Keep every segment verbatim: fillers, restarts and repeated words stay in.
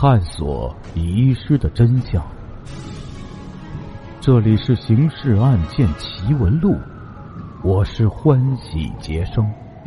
探索遗失的真相。这里是刑事案件奇闻录，我是欢喜杰生。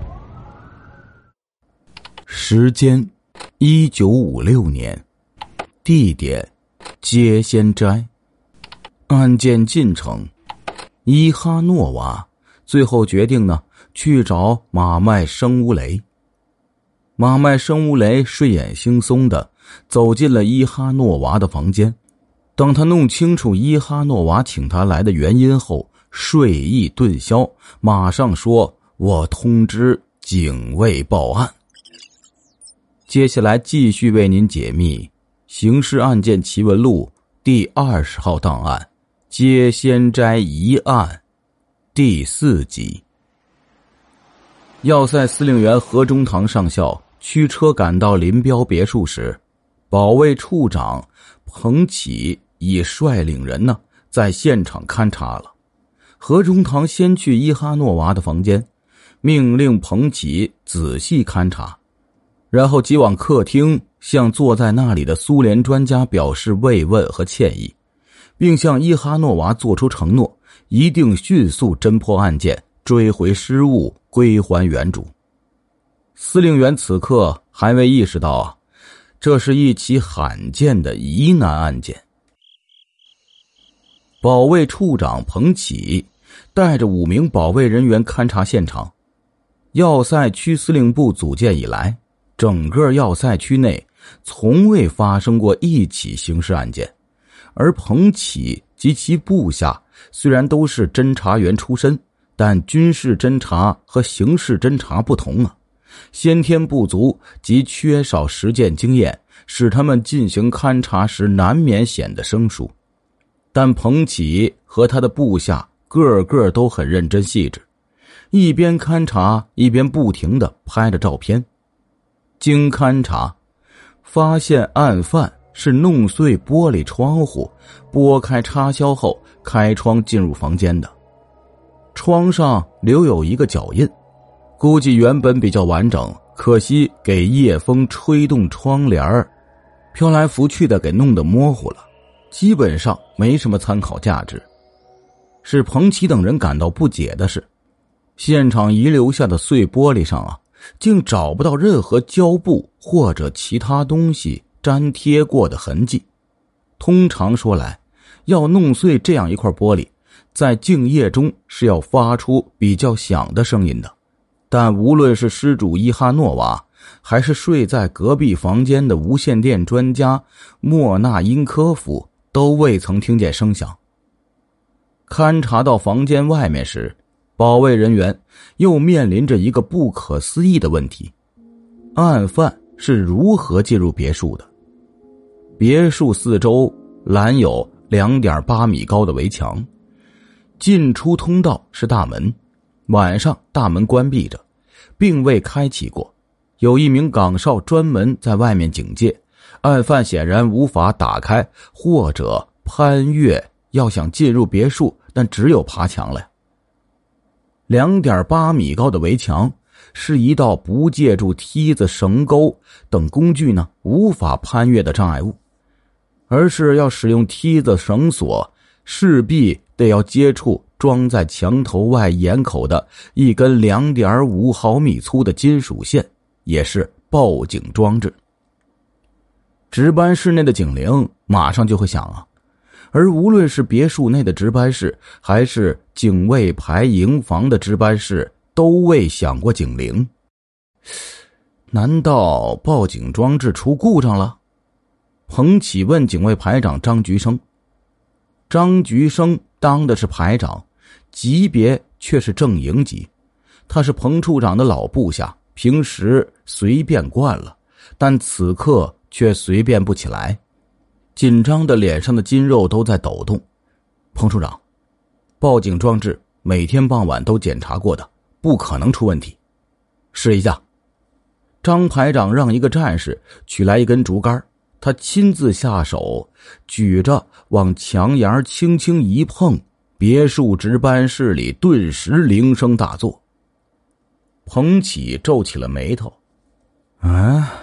时间一九五六年，地点接仙斋。案件进程，伊哈诺娃最后决定呢去找马麦生乌雷。马麦生乌雷睡眼惺忪的走进了伊哈诺娃的房间。当他弄清楚伊哈诺娃请他来的原因后，睡意顿消，马上说：我通知警卫报案。接下来继续为您解密刑事案件奇闻录第二十号档案接仙斋疑案第四集。要塞司令员何中堂上校驱车赶到林彪别墅时，保卫处长彭启已率领人呢在现场勘察了。何中堂先去伊哈诺娃的房间，命令彭启仔细勘察，然后即往客厅向坐在那里的苏联专家表示慰问和歉意，并向伊哈诺娃做出承诺，一定迅速侦破案件，追回失物，归还原主。司令员此刻还未意识到啊，这是一起罕见的疑难案件。保卫处长彭启带着五名保卫人员勘察现场。要塞区司令部组建以来，整个要塞区内从未发生过一起刑事案件，而彭启及其部下虽然都是侦查员出身，但军事侦查和刑事侦查不同啊，先天不足及缺少实践经验，使他们进行勘察时难免显得生疏。但彭启和他的部下个个都很认真细致，一边勘察一边不停地拍着照片。经勘察发现案犯是弄碎玻璃窗户，拨开插销后开窗进入房间的。窗上留有一个脚印，估计原本比较完整，可惜给夜风吹动窗帘飘来拂去的给弄得模糊了，基本上没什么参考价值。使彭启等人感到不解的是，现场遗留下的碎玻璃上啊，竟找不到任何胶布或者其他东西粘贴过的痕迹。通常说来，要弄碎这样一块玻璃，在静夜中是要发出比较响的声音的，但无论是失主伊哈诺娃，还是睡在隔壁房间的无线电专家莫纳因科夫，都未曾听见声响。勘察到房间外面时，保卫人员又面临着一个不可思议的问题：案犯是如何进入别墅的？别墅四周拦有 两点八米高的围墙，进出通道是大门，晚上大门关闭着，并未开启过，有一名岗哨专门在外面警戒，案犯显然无法打开或者攀越，要想进入别墅，但只有爬墙了。 两点八米高的围墙是一道不借助梯子、绳钩等工具呢无法攀越的障碍物，而是要使用梯子、绳索，势必得要接触装在墙头外檐口的一根 两点五毫米粗的金属线，也是报警装置。值班室内的警铃马上就会响啊，而无论是别墅内的值班室，还是警卫排营房的值班室，都未响过警铃。难道报警装置出故障了？彭启问警卫排长张菊生。张菊生当的是排长，级别却是正营级，他是彭处长的老部下，平时随便惯了，但此刻却随便不起来，紧张的脸上的筋肉都在抖动。彭处长，报警装置每天傍晚都检查过的，不可能出问题。试一下。张排长让一个战士取来一根竹竿，他亲自下手，举着往墙沿轻轻一碰，别墅值班室里顿时铃声大作。彭启皱起了眉头。啊，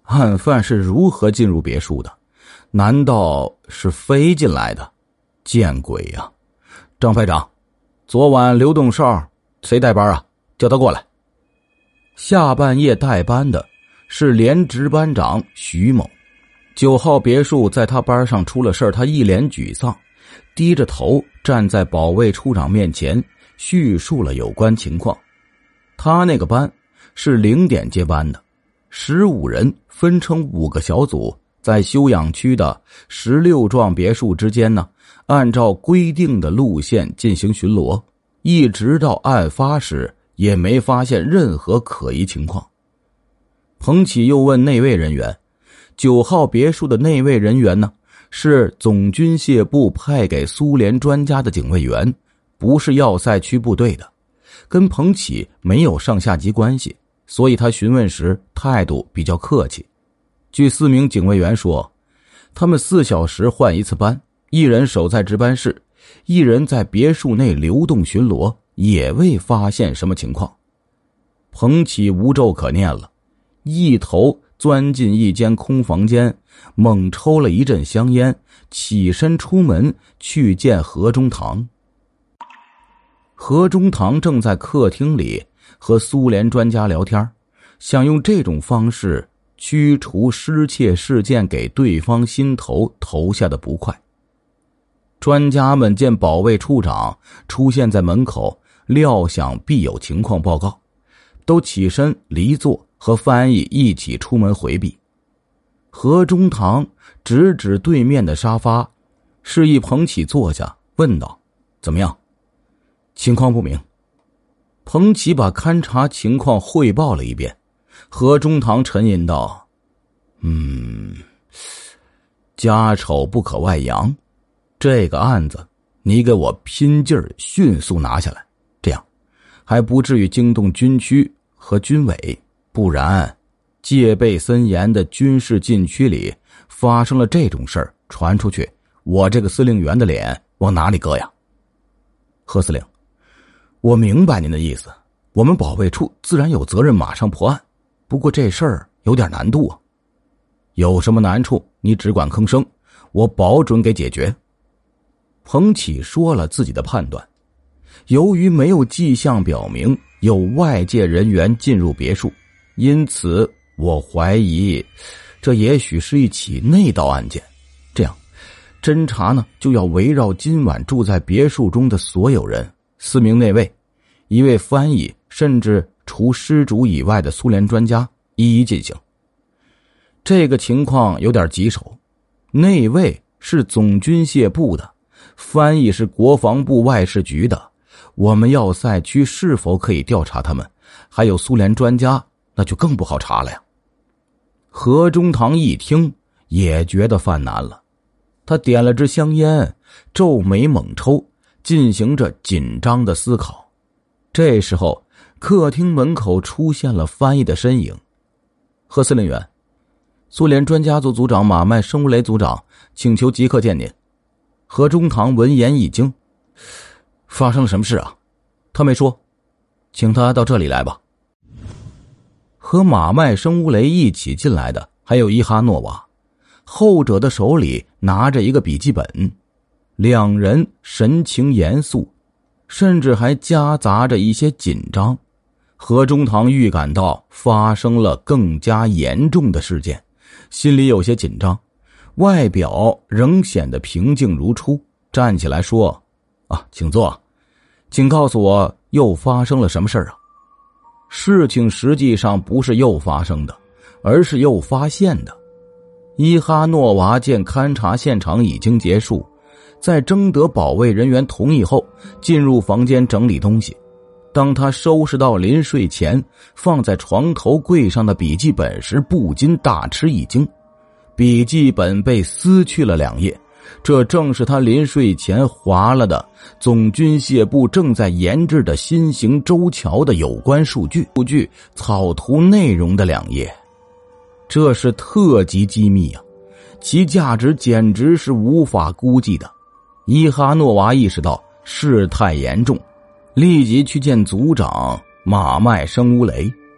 案犯是如何进入别墅的？难道是飞进来的？见鬼呀！张排长，昨晚刘洞哨谁带班啊？叫他过来。下半夜带班的是连值班长徐某。九号别墅在他班上出了事儿，他一脸沮丧，低着头站在保卫处长面前叙述了有关情况。他那个班是零点接班的，十五人分成五个小组，在休养区的十六幢别墅之间呢，按照规定的路线进行巡逻，一直到案发时也没发现任何可疑情况。彭启又问内卫人员，九号别墅的内卫人员呢，是总军械部派给苏联专家的警卫员，不是要塞区部队的，跟彭启没有上下级关系，所以他询问时态度比较客气。据四名警卫员说，他们四小时换一次班，一人守在值班室，一人在别墅内流动巡逻，也未发现什么情况。彭启无咒可念了，一头钻进一间空房间，猛抽了一阵香烟，起身出门去见何中堂。何中堂正在客厅里和苏联专家聊天，想用这种方式驱除失窃事件给对方心头投下的不快。专家们见保卫处长出现在门口，料想必有情况报告，都起身离座，和翻译一起出门回避。何中堂指指对面的沙发，示意彭启坐下，问道：怎么样？情况不明。彭启把勘察情况汇报了一遍。何中堂沉吟道：嗯，家丑不可外扬，这个案子你给我拼劲儿迅速拿下来，这样还不至于惊动军区和军委，不然戒备森严的军事禁区里发生了这种事儿，传出去，我这个司令员的脸往哪里搁呀？何司令，我明白您的意思，我们保卫处自然有责任马上破案，不过这事儿有点难度啊。有什么难处你只管吭声，我保准给解决。彭启说了自己的判断，由于没有迹象表明有外界人员进入别墅，因此我怀疑这也许是一起内盗案件。这样侦查呢，就要围绕今晚住在别墅中的所有人，四名内卫，一位翻译，甚至除失主以外的苏联专家一一进行。这个情况有点棘手，内卫是总军械部的，翻译是国防部外事局的，我们要塞区是否可以调查他们？还有苏联专家，那就更不好查了呀。何中堂一听也觉得犯难了，他点了支香烟，皱眉猛抽，进行着紧张的思考。这时候客厅门口出现了翻译的身影。何司令员，苏联专家组组长马麦生乌雷组长请求即刻见您。何中堂闻言一惊，发生了什么事啊？他没说，请他到这里来吧。和马麦生乌雷一起进来的还有伊哈诺娃，后者的手里拿着一个笔记本，两人神情严肃，甚至还夹杂着一些紧张。何中堂预感到发生了更加严重的事件，心里有些紧张，外表仍显得平静如初，站起来说：啊，请坐，请告诉我又发生了什么事啊？事情实际上不是又发生的，而是又发现的。伊哈诺娃见勘察现场已经结束，在征得保卫人员同意后，进入房间整理东西。当他收拾到临睡前放在床头柜上的笔记本时，不禁大吃一惊。笔记本被撕去了两页，这正是他临睡前划了的总军械部正在研制的新型舟桥的有关数据数据草图内容的两页。这是特级机密啊，其价值简直是无法估计的。伊哈诺娃意识到事态严重，立即去见组长马麦生乌雷。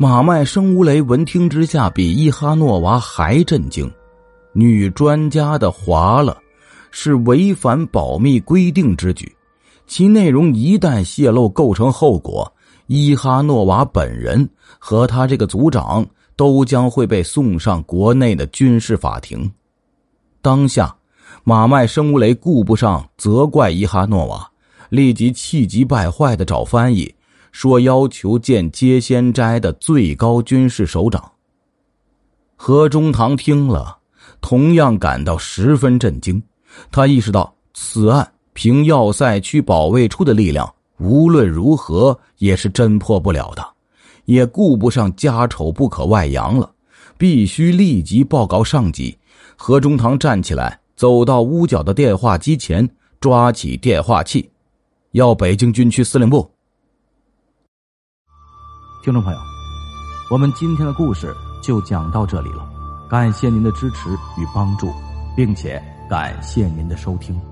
马麦生乌雷闻听之下比伊哈诺娃还震惊，女专家的划了是违反保密规定之举，其内容一旦泄露构成后果，伊哈诺娃本人和他这个组长都将会被送上国内的军事法庭。当下马麦生乌雷顾不上责怪伊哈诺娃，立即气急败坏地找翻译，说要求见接仙斋的最高军事首长。何中堂听了同样感到十分震惊，他意识到此案凭要塞区保卫处的力量无论如何也是侦破不了的，也顾不上家丑不可外扬了，必须立即报告上级。何中堂站起来走到屋角的电话机前，抓起电话器，要北京军区司令部。 听众朋友，我们今天的故事就讲到这里了，感谢您的支持与帮助，并且感谢您的收听。